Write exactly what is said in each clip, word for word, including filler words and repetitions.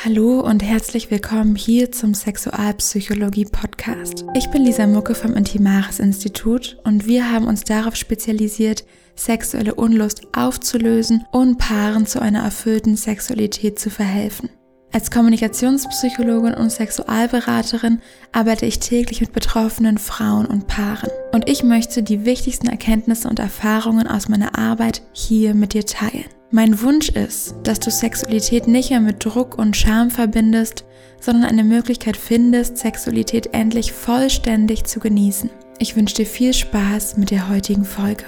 Hallo und herzlich willkommen hier zum Sexualpsychologie-Podcast. Ich bin Lisa Mucke vom Intimaris-Institut und wir haben uns darauf spezialisiert, sexuelle Unlust aufzulösen und Paaren zu einer erfüllten Sexualität zu verhelfen. Als Kommunikationspsychologin und Sexualberaterin arbeite ich täglich mit betroffenen Frauen und Paaren. Und ich möchte die wichtigsten Erkenntnisse und Erfahrungen aus meiner Arbeit hier mit dir teilen. Mein Wunsch ist, dass du Sexualität nicht mehr mit Druck und Scham verbindest, sondern eine Möglichkeit findest, Sexualität endlich vollständig zu genießen. Ich wünsche dir viel Spaß mit der heutigen Folge.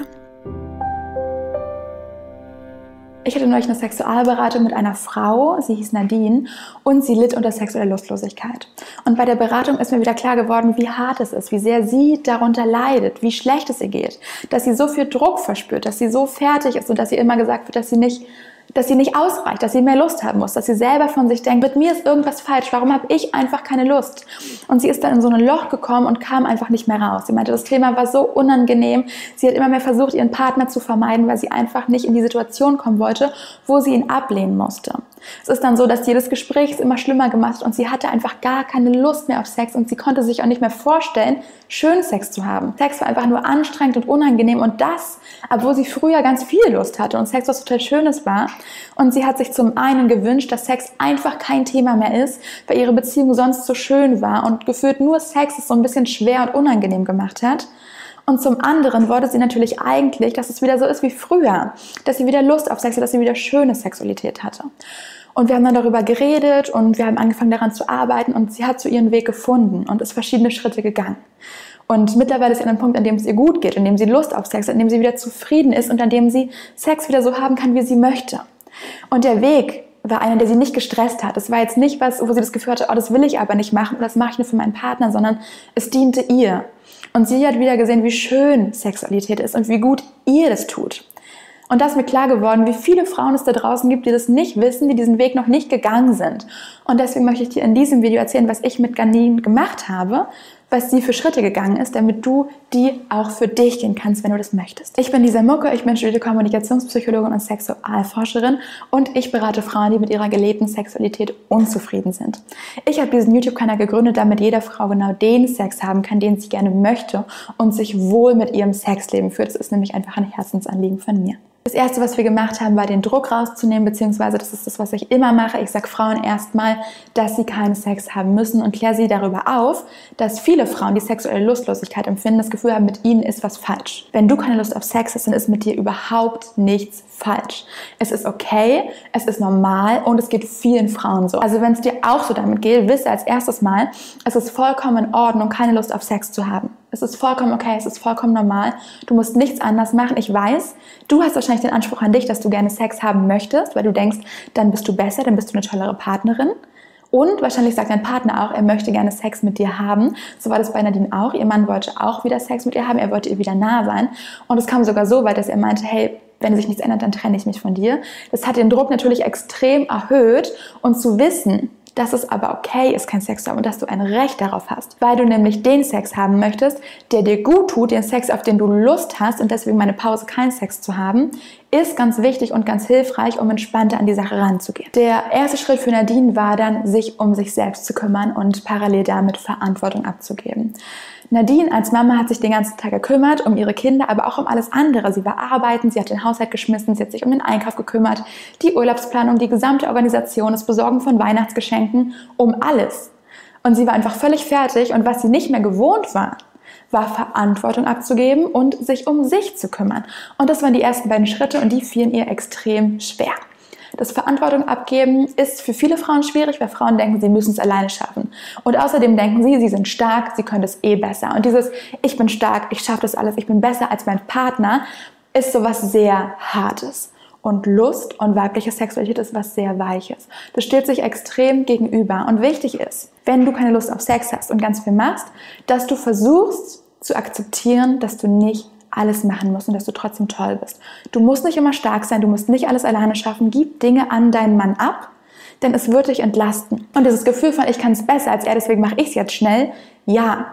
Ich hatte neulich eine Sexualberatung mit einer Frau, sie hieß Nadine und sie litt unter sexueller Lustlosigkeit. Und bei der Beratung ist mir wieder klar geworden, wie hart es ist, wie sehr sie darunter leidet, wie schlecht es ihr geht, dass sie so viel Druck verspürt, dass sie so fertig ist und dass ihr immer gesagt wird, dass sie nicht dass sie nicht ausreicht, dass sie mehr Lust haben muss, dass sie selber von sich denkt, mit mir ist irgendwas falsch, warum habe ich einfach keine Lust? Und sie ist dann in so ein Loch gekommen und kam einfach nicht mehr raus. Sie meinte, das Thema war so unangenehm, sie hat immer mehr versucht, ihren Partner zu vermeiden, weil sie einfach nicht in die Situation kommen wollte, wo sie ihn ablehnen musste. Es ist dann so, dass jedes Gespräch es immer schlimmer gemacht hat und sie hatte einfach gar keine Lust mehr auf Sex und sie konnte sich auch nicht mehr vorstellen, schönen Sex zu haben. Sex war einfach nur anstrengend und unangenehm und das, obwohl sie früher ganz viel Lust hatte und Sex was total Schönes war. Und sie hat sich zum einen gewünscht, dass Sex einfach kein Thema mehr ist, weil ihre Beziehung sonst so schön war und gefühlt nur Sex es so ein bisschen schwer und unangenehm gemacht hat. Und zum anderen wollte sie natürlich eigentlich, dass es wieder so ist wie früher, dass sie wieder Lust auf Sex hat, dass sie wieder schöne Sexualität hatte. Und wir haben dann darüber geredet und wir haben angefangen daran zu arbeiten und sie hat so ihren Weg gefunden und ist verschiedene Schritte gegangen. Und mittlerweile ist sie an einem Punkt, an dem es ihr gut geht, an dem sie Lust auf Sex hat, an dem sie wieder zufrieden ist und an dem sie Sex wieder so haben kann, wie sie möchte. Und der Weg war einer, der sie nicht gestresst hat. Es war jetzt nicht was, wo sie das Gefühl hatte, oh, das will ich aber nicht machen, das mache ich nur für meinen Partner, sondern es diente ihr. Und sie hat wieder gesehen, wie schön Sexualität ist und wie gut ihr das tut. Und da ist mir klar geworden, wie viele Frauen es da draußen gibt, die das nicht wissen, die diesen Weg noch nicht gegangen sind. Und deswegen möchte ich dir in diesem Video erzählen, was ich mit Nadine gemacht habe, was sie für Schritte gegangen ist, damit du die auch für dich gehen kannst, wenn du das möchtest. Ich bin Lisa Mucke, ich bin studierte Kommunikationspsychologin und Sexualforscherin und ich berate Frauen, die mit ihrer gelebten Sexualität unzufrieden sind. Ich habe diesen YouTube-Kanal gegründet, damit jede Frau genau den Sex haben kann, den sie gerne möchte und sich wohl mit ihrem Sexleben fühlt. Das ist nämlich einfach ein Herzensanliegen von mir. Das Erste, was wir gemacht haben, war den Druck rauszunehmen, beziehungsweise das ist das, was ich immer mache. Ich sage Frauen erstmal, dass sie keinen Sex haben müssen und kläre sie darüber auf, dass viele Frauen, die sexuelle Lustlosigkeit empfinden, das Gefühl haben, mit ihnen ist was falsch. Wenn du keine Lust auf Sex hast, dann ist mit dir überhaupt nichts falsch. Es ist okay, es ist normal und es geht vielen Frauen so. Also wenn es dir auch so damit geht, wisse als erstes mal, es ist vollkommen in Ordnung, keine Lust auf Sex zu haben. Es ist vollkommen okay, es ist vollkommen normal. Du musst nichts anders machen. Ich weiß, du hast wahrscheinlich den Anspruch an dich, dass du gerne Sex haben möchtest, weil du denkst, dann bist du besser, dann bist du eine tollere Partnerin. Und wahrscheinlich sagt dein Partner auch, er möchte gerne Sex mit dir haben. So war das bei Nadine auch. Ihr Mann wollte auch wieder Sex mit ihr haben, er wollte ihr wieder nah sein. Und es kam sogar so weit, dass er meinte, hey, wenn sich nichts ändert, dann trenne ich mich von dir. Das hat den Druck natürlich extrem erhöht. Und zu wissen, dass es aber okay ist, keinen Sex zu haben und dass du ein Recht darauf hast, weil du nämlich den Sex haben möchtest, der dir gut tut, den Sex, auf den du Lust hast und deswegen meine Pause keinen Sex zu haben, ist ganz wichtig und ganz hilfreich, um entspannter an die Sache ranzugehen. Der erste Schritt für Nadine war dann, sich um sich selbst zu kümmern und parallel damit Verantwortung abzugeben. Nadine als Mama hat sich den ganzen Tag gekümmert um ihre Kinder, aber auch um alles andere. Sie war arbeiten, sie hat den Haushalt geschmissen, sie hat sich um den Einkauf gekümmert, die Urlaubsplanung, die gesamte Organisation, das Besorgen von Weihnachtsgeschenken, um alles. Und sie war einfach völlig fertig und was sie nicht mehr gewohnt war, war Verantwortung abzugeben und sich um sich zu kümmern. Und das waren die ersten beiden Schritte und die fielen ihr extrem schwer. Das Verantwortung abgeben ist für viele Frauen schwierig, weil Frauen denken, sie müssen es alleine schaffen. Und außerdem denken sie, sie sind stark, sie können es eh besser. Und dieses ich bin stark, ich schaffe das alles, ich bin besser als mein Partner, ist sowas sehr Hartes. Und Lust und weibliche Sexualität ist was sehr Weiches. Das steht sich extrem gegenüber. Und wichtig ist, wenn du keine Lust auf Sex hast und ganz viel machst, dass du versuchst zu akzeptieren, dass du nicht alles machen musst und dass du trotzdem toll bist. Du musst nicht immer stark sein, du musst nicht alles alleine schaffen. Gib Dinge an deinen Mann ab, denn es wird dich entlasten. Und dieses Gefühl von, ich kann es besser als er, deswegen mache ich es jetzt schnell, ja,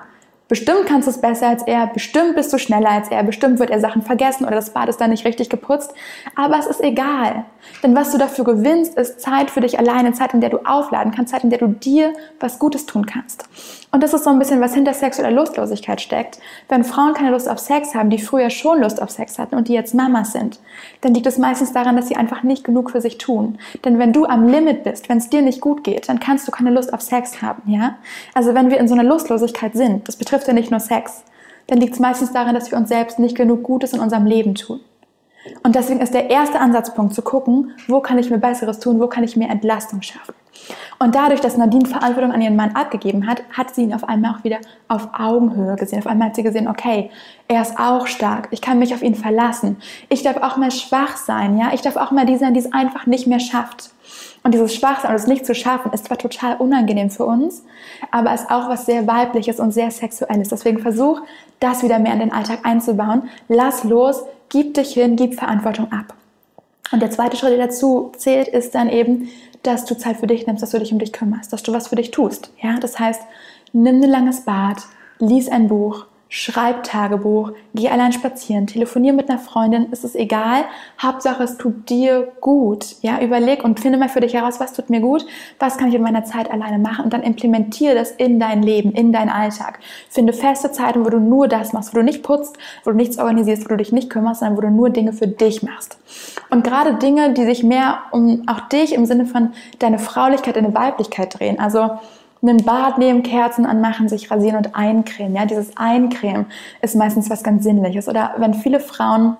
Bestimmt kannst du es besser als er, bestimmt bist du schneller als er, bestimmt wird er Sachen vergessen oder das Bad ist dann nicht richtig geputzt. Aber es ist egal. Denn was du dafür gewinnst, ist Zeit für dich alleine, Zeit, in der du aufladen kannst, Zeit, in der du dir was Gutes tun kannst. Und das ist so ein bisschen, was hinter sexueller Lustlosigkeit steckt. Wenn Frauen keine Lust auf Sex haben, die früher schon Lust auf Sex hatten und die jetzt Mamas sind, dann liegt es meistens daran, dass sie einfach nicht genug für sich tun. Denn wenn du am Limit bist, wenn es dir nicht gut geht, dann kannst du keine Lust auf Sex haben, ja? Also wenn wir in so einer Lustlosigkeit sind, das betrifft ja nicht nur Sex, dann liegt es meistens daran, dass wir uns selbst nicht genug Gutes in unserem Leben tun. Und deswegen ist der erste Ansatzpunkt zu gucken, wo kann ich mir Besseres tun, wo kann ich mir Entlastung schaffen. Und dadurch, dass Nadine Verantwortung an ihren Mann abgegeben hat, hat sie ihn auf einmal auch wieder auf Augenhöhe gesehen. Auf einmal hat sie gesehen, okay, er ist auch stark, ich kann mich auf ihn verlassen. Ich darf auch mal schwach sein, ja, ich darf auch mal die sein, die es einfach nicht mehr schafft. Und dieses Schwachsein und es nicht zu schaffen, ist zwar total unangenehm für uns, aber ist auch was sehr Weibliches und sehr Sexuelles. Deswegen versuch, das wieder mehr in den Alltag einzubauen. Lass los, gib dich hin, gib Verantwortung ab. Und der zweite Schritt, der dazu zählt, ist dann eben, dass du Zeit für dich nimmst, dass du dich um dich kümmerst, dass du was für dich tust. Ja? Das heißt, nimm ein langes Bad, lies ein Buch, schreib Tagebuch, geh allein spazieren, telefonier mit einer Freundin, es ist egal, Hauptsache es tut dir gut. Ja? Überleg und finde mal für dich heraus, was tut mir gut, was kann ich in meiner Zeit alleine machen und dann implementiere das in dein Leben, in deinen Alltag. Finde feste Zeiten, wo du nur das machst, wo du nicht putzt, wo du nichts organisierst, wo du dich nicht kümmerst, sondern wo du nur Dinge für dich machst. Und gerade Dinge, die sich mehr um auch dich im Sinne von deine Fraulichkeit, deine Weiblichkeit drehen, also einen Bad nehmen, Kerzen anmachen, sich rasieren und eincremen. Ja, dieses Eincremen ist meistens was ganz Sinnliches. Oder wenn viele Frauen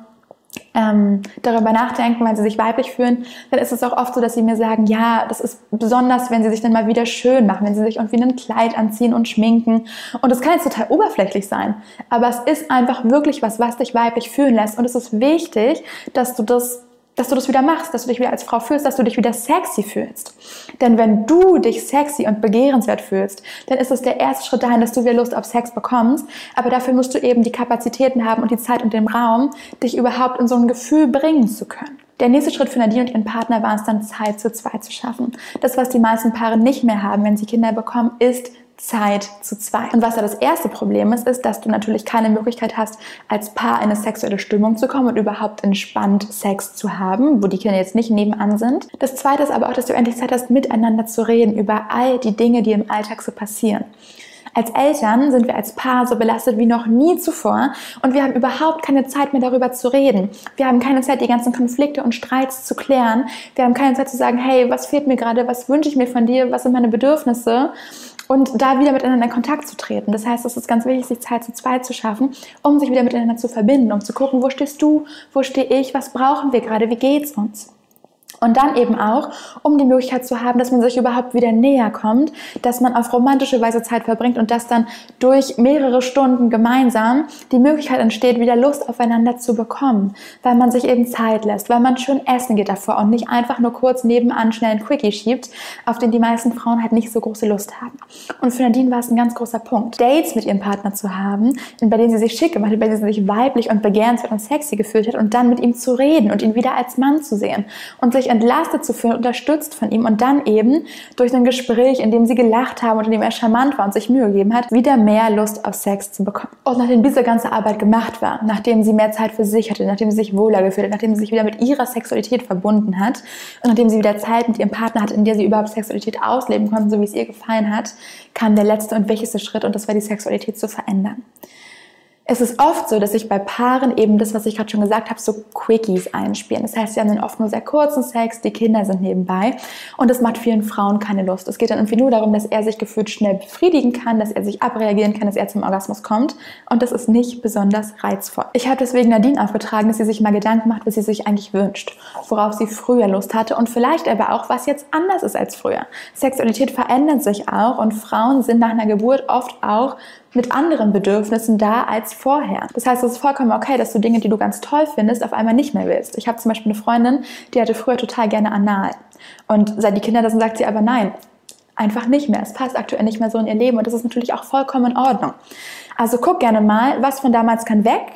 ähm, darüber nachdenken, weil sie sich weiblich fühlen, dann ist es auch oft so, dass sie mir sagen, ja, das ist besonders, wenn sie sich dann mal wieder schön machen, wenn sie sich irgendwie ein Kleid anziehen und schminken. Und das kann jetzt total oberflächlich sein, aber es ist einfach wirklich was, was dich weiblich fühlen lässt. Und es ist wichtig, dass du das dass du das wieder machst, dass du dich wieder als Frau fühlst, dass du dich wieder sexy fühlst. Denn wenn du dich sexy und begehrenswert fühlst, dann ist es der erste Schritt dahin, dass du wieder Lust auf Sex bekommst. Aber dafür musst du eben die Kapazitäten haben und die Zeit und den Raum, dich überhaupt in so ein Gefühl bringen zu können. Der nächste Schritt für Nadine und ihren Partner war es dann, Zeit zu zweit zu schaffen. Das, was die meisten Paare nicht mehr haben, wenn sie Kinder bekommen, ist Zeit zu zweit. Und was da das erste Problem ist, ist, dass du natürlich keine Möglichkeit hast, als Paar in eine sexuelle Stimmung zu kommen und überhaupt entspannt Sex zu haben, wo die Kinder jetzt nicht nebenan sind. Das zweite ist aber auch, dass du endlich Zeit hast, miteinander zu reden über all die Dinge, die im Alltag so passieren. Als Eltern sind wir als Paar so belastet wie noch nie zuvor und wir haben überhaupt keine Zeit mehr darüber zu reden. Wir haben keine Zeit, die ganzen Konflikte und Streits zu klären. Wir haben keine Zeit zu sagen, hey, was fehlt mir gerade, was wünsche ich mir von dir, was sind meine Bedürfnisse? Und da wieder miteinander in Kontakt zu treten. Das heißt, es ist ganz wichtig, sich Zeit zu zweit zu schaffen, um sich wieder miteinander zu verbinden, um zu gucken, wo stehst du, wo stehe ich, was brauchen wir gerade, wie geht's uns? Und dann eben auch, um die Möglichkeit zu haben, dass man sich überhaupt wieder näher kommt, dass man auf romantische Weise Zeit verbringt und dass dann durch mehrere Stunden gemeinsam die Möglichkeit entsteht, wieder Lust aufeinander zu bekommen, weil man sich eben Zeit lässt, weil man schön essen geht davor und nicht einfach nur kurz nebenan schnell einen Quickie schiebt, auf den die meisten Frauen halt nicht so große Lust haben. Und für Nadine war es ein ganz großer Punkt, Dates mit ihrem Partner zu haben, bei denen sie sich schick gemacht hat, bei denen sie sich weiblich und begehrenswert und sexy gefühlt hat und dann mit ihm zu reden und ihn wieder als Mann zu sehen und sich entlastet zu fühlen, unterstützt von ihm und dann eben durch ein Gespräch, in dem sie gelacht haben und in dem er charmant war und sich Mühe gegeben hat, wieder mehr Lust auf Sex zu bekommen. Und nachdem diese ganze Arbeit gemacht war, nachdem sie mehr Zeit für sich hatte, nachdem sie sich wohler gefühlt hat, nachdem sie sich wieder mit ihrer Sexualität verbunden hat und nachdem sie wieder Zeit mit ihrem Partner hat, in der sie überhaupt Sexualität ausleben konnten, so wie es ihr gefallen hat, kam der letzte und wichtigste Schritt und das war die Sexualität zu verändern. Es ist oft so, dass sich bei Paaren eben das, was ich gerade schon gesagt habe, so Quickies einspielen. Das heißt, sie haben dann oft nur sehr kurzen Sex, die Kinder sind nebenbei und das macht vielen Frauen keine Lust. Es geht dann irgendwie nur darum, dass er sich gefühlt schnell befriedigen kann, dass er sich abreagieren kann, dass er zum Orgasmus kommt und das ist nicht besonders reizvoll. Ich habe deswegen Nadine aufgetragen, dass sie sich mal Gedanken macht, was sie sich eigentlich wünscht, worauf sie früher Lust hatte und vielleicht aber auch, was jetzt anders ist als früher. Sexualität verändert sich auch und Frauen sind nach einer Geburt oft auch mit anderen Bedürfnissen da als vorher. Das heißt, es ist vollkommen okay, dass du Dinge, die du ganz toll findest, auf einmal nicht mehr willst. Ich habe zum Beispiel eine Freundin, die hatte früher total gerne Anal. Und seit die Kinder das sind, sagt sie aber nein, einfach nicht mehr. Es passt aktuell nicht mehr so in ihr Leben und das ist natürlich auch vollkommen in Ordnung. Also guck gerne mal, was von damals kann weg,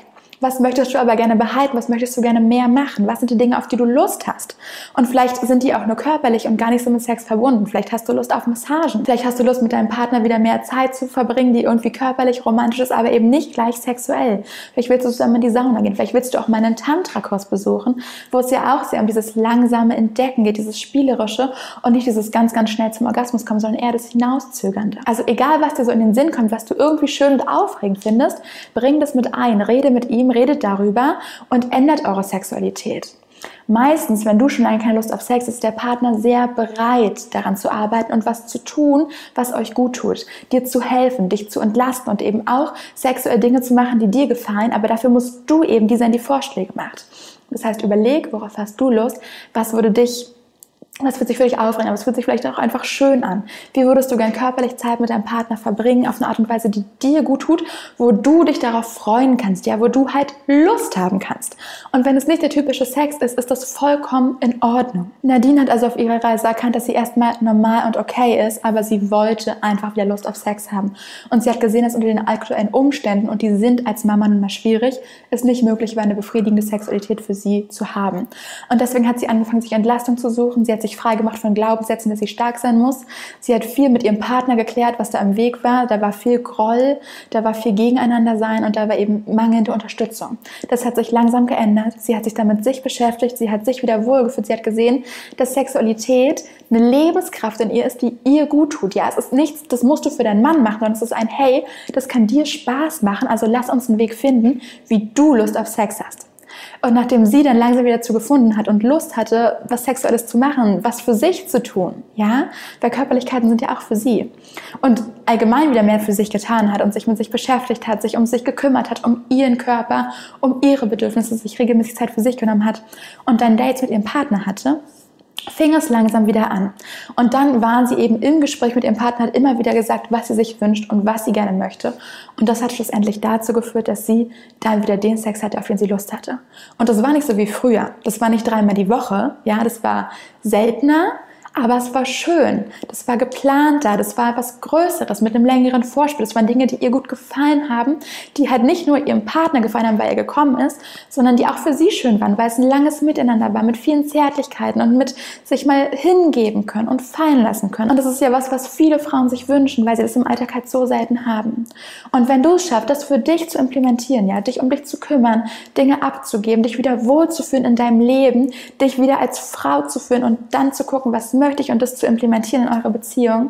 Was möchtest du aber gerne behalten? Was möchtest du gerne mehr machen? Was sind die Dinge, auf die du Lust hast? Und vielleicht sind die auch nur körperlich und gar nicht so mit Sex verbunden. Vielleicht hast du Lust auf Massagen. Vielleicht hast du Lust, mit deinem Partner wieder mehr Zeit zu verbringen, die irgendwie körperlich romantisch ist, aber eben nicht gleich sexuell. Vielleicht willst du zusammen in die Sauna gehen. Vielleicht willst du auch mal einen Tantra-Kurs besuchen, wo es ja auch sehr um dieses langsame Entdecken geht, dieses Spielerische und nicht dieses ganz, ganz schnell zum Orgasmus kommen, sondern eher das Hinauszögernde. Also egal, was dir so in den Sinn kommt, was du irgendwie schön und aufregend findest, bring das mit ein, rede mit ihm, redet darüber und ändert eure Sexualität. Meistens, wenn du schon lange keine Lust auf Sex hast, ist der Partner sehr bereit, daran zu arbeiten und was zu tun, was euch gut tut. Dir zu helfen, dich zu entlasten und eben auch sexuelle Dinge zu machen, die dir gefallen, aber dafür musst du eben diese in die Vorschläge machen. Das heißt, überleg, worauf hast du Lust, was würde dich Das fühlt sich für dich aufregend, aber es fühlt sich vielleicht auch einfach schön an. Wie würdest du gern körperlich Zeit mit deinem Partner verbringen, auf eine Art und Weise, die dir gut tut, wo du dich darauf freuen kannst, ja, wo du halt Lust haben kannst. Und wenn es nicht der typische Sex ist, ist das vollkommen in Ordnung. Nadine hat also auf ihrer Reise erkannt, dass sie erstmal normal und okay ist, aber sie wollte einfach wieder Lust auf Sex haben. Und sie hat gesehen, dass unter den aktuellen Umständen, und die sind als Mama nun mal schwierig, es nicht möglich war, eine befriedigende Sexualität für sie zu haben. Und deswegen hat sie angefangen, sich Entlastung zu suchen. Sie hat sich frei gemacht von Glaubenssätzen, dass sie stark sein muss. Sie hat viel mit ihrem Partner geklärt, was da im Weg war. Da war viel Groll, da war viel Gegeneinander sein und da war eben mangelnde Unterstützung. Das hat sich langsam geändert. Sie hat sich damit sich beschäftigt, sie hat sich wieder wohlgefühlt. Sie hat gesehen, dass Sexualität eine Lebenskraft in ihr ist, die ihr gut tut. Ja, es ist nichts, das musst du für deinen Mann machen, sondern es ist ein, hey, das kann dir Spaß machen, also lass uns einen Weg finden, wie du Lust auf Sex hast. Und nachdem sie dann langsam wieder dazu gefunden hat und Lust hatte, was Sexuelles zu machen, was für sich zu tun, ja, weil Körperlichkeiten sind ja auch für sie. Und allgemein wieder mehr für sich getan hat und sich mit sich beschäftigt hat, sich um sich gekümmert hat, um ihren Körper, um ihre Bedürfnisse, sich regelmäßig Zeit für sich genommen hat und dann Dates mit ihrem Partner hatte, fing es langsam wieder an. Und dann waren sie eben im Gespräch mit ihrem Partner, hat immer wieder gesagt, was sie sich wünscht und was sie gerne möchte. Und das hat schlussendlich dazu geführt, dass sie dann wieder den Sex hatte, auf den sie Lust hatte. Und das war nicht so wie früher. Das war nicht dreimal die Woche. Ja, das war seltener. Aber es war schön, das war geplanter, das war etwas Größeres mit einem längeren Vorspiel. Das waren Dinge, die ihr gut gefallen haben, die halt nicht nur ihrem Partner gefallen haben, weil er gekommen ist, sondern die auch für sie schön waren, weil es ein langes Miteinander war mit vielen Zärtlichkeiten und mit sich mal hingeben können und fallen lassen können. Und das ist ja was, was viele Frauen sich wünschen, weil sie das im Alltag halt so selten haben. Und wenn du es schaffst, das für dich zu implementieren, ja, dich um dich zu kümmern, Dinge abzugeben, dich wieder wohlzufühlen in deinem Leben, dich wieder als Frau zu fühlen und dann zu gucken, was möchte ich und das zu implementieren in eurer Beziehung,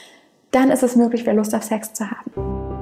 dann ist es möglich, wieder Lust auf Sex zu haben.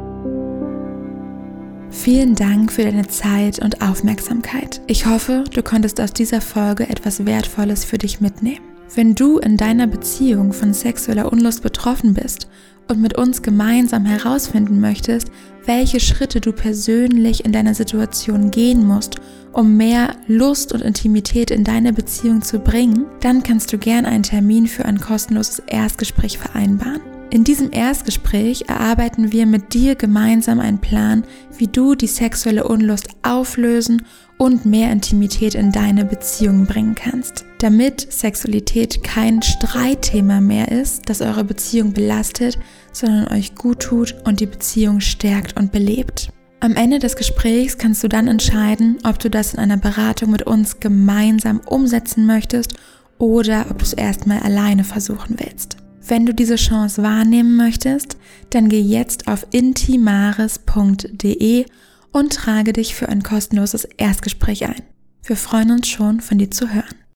Vielen Dank für deine Zeit und Aufmerksamkeit. Ich hoffe, du konntest aus dieser Folge etwas Wertvolles für dich mitnehmen. Wenn du in deiner Beziehung von sexueller Unlust betroffen bist und mit uns gemeinsam herausfinden möchtest, welche Schritte du persönlich in deiner Situation gehen musst, um mehr Lust und Intimität in deine Beziehung zu bringen, dann kannst du gern einen Termin für ein kostenloses Erstgespräch vereinbaren. In diesem Erstgespräch erarbeiten wir mit dir gemeinsam einen Plan, wie du die sexuelle Unlust auflösen und mehr Intimität in deine Beziehung bringen kannst. Damit Sexualität kein Streitthema mehr ist, das eure Beziehung belastet, sondern euch gut tut und die Beziehung stärkt und belebt. Am Ende des Gesprächs kannst du dann entscheiden, ob du das in einer Beratung mit uns gemeinsam umsetzen möchtest oder ob du es erstmal alleine versuchen willst. Wenn du diese Chance wahrnehmen möchtest, dann geh jetzt auf intimaris punkt de und trage dich für ein kostenloses Erstgespräch ein. Wir freuen uns schon, von dir zu hören.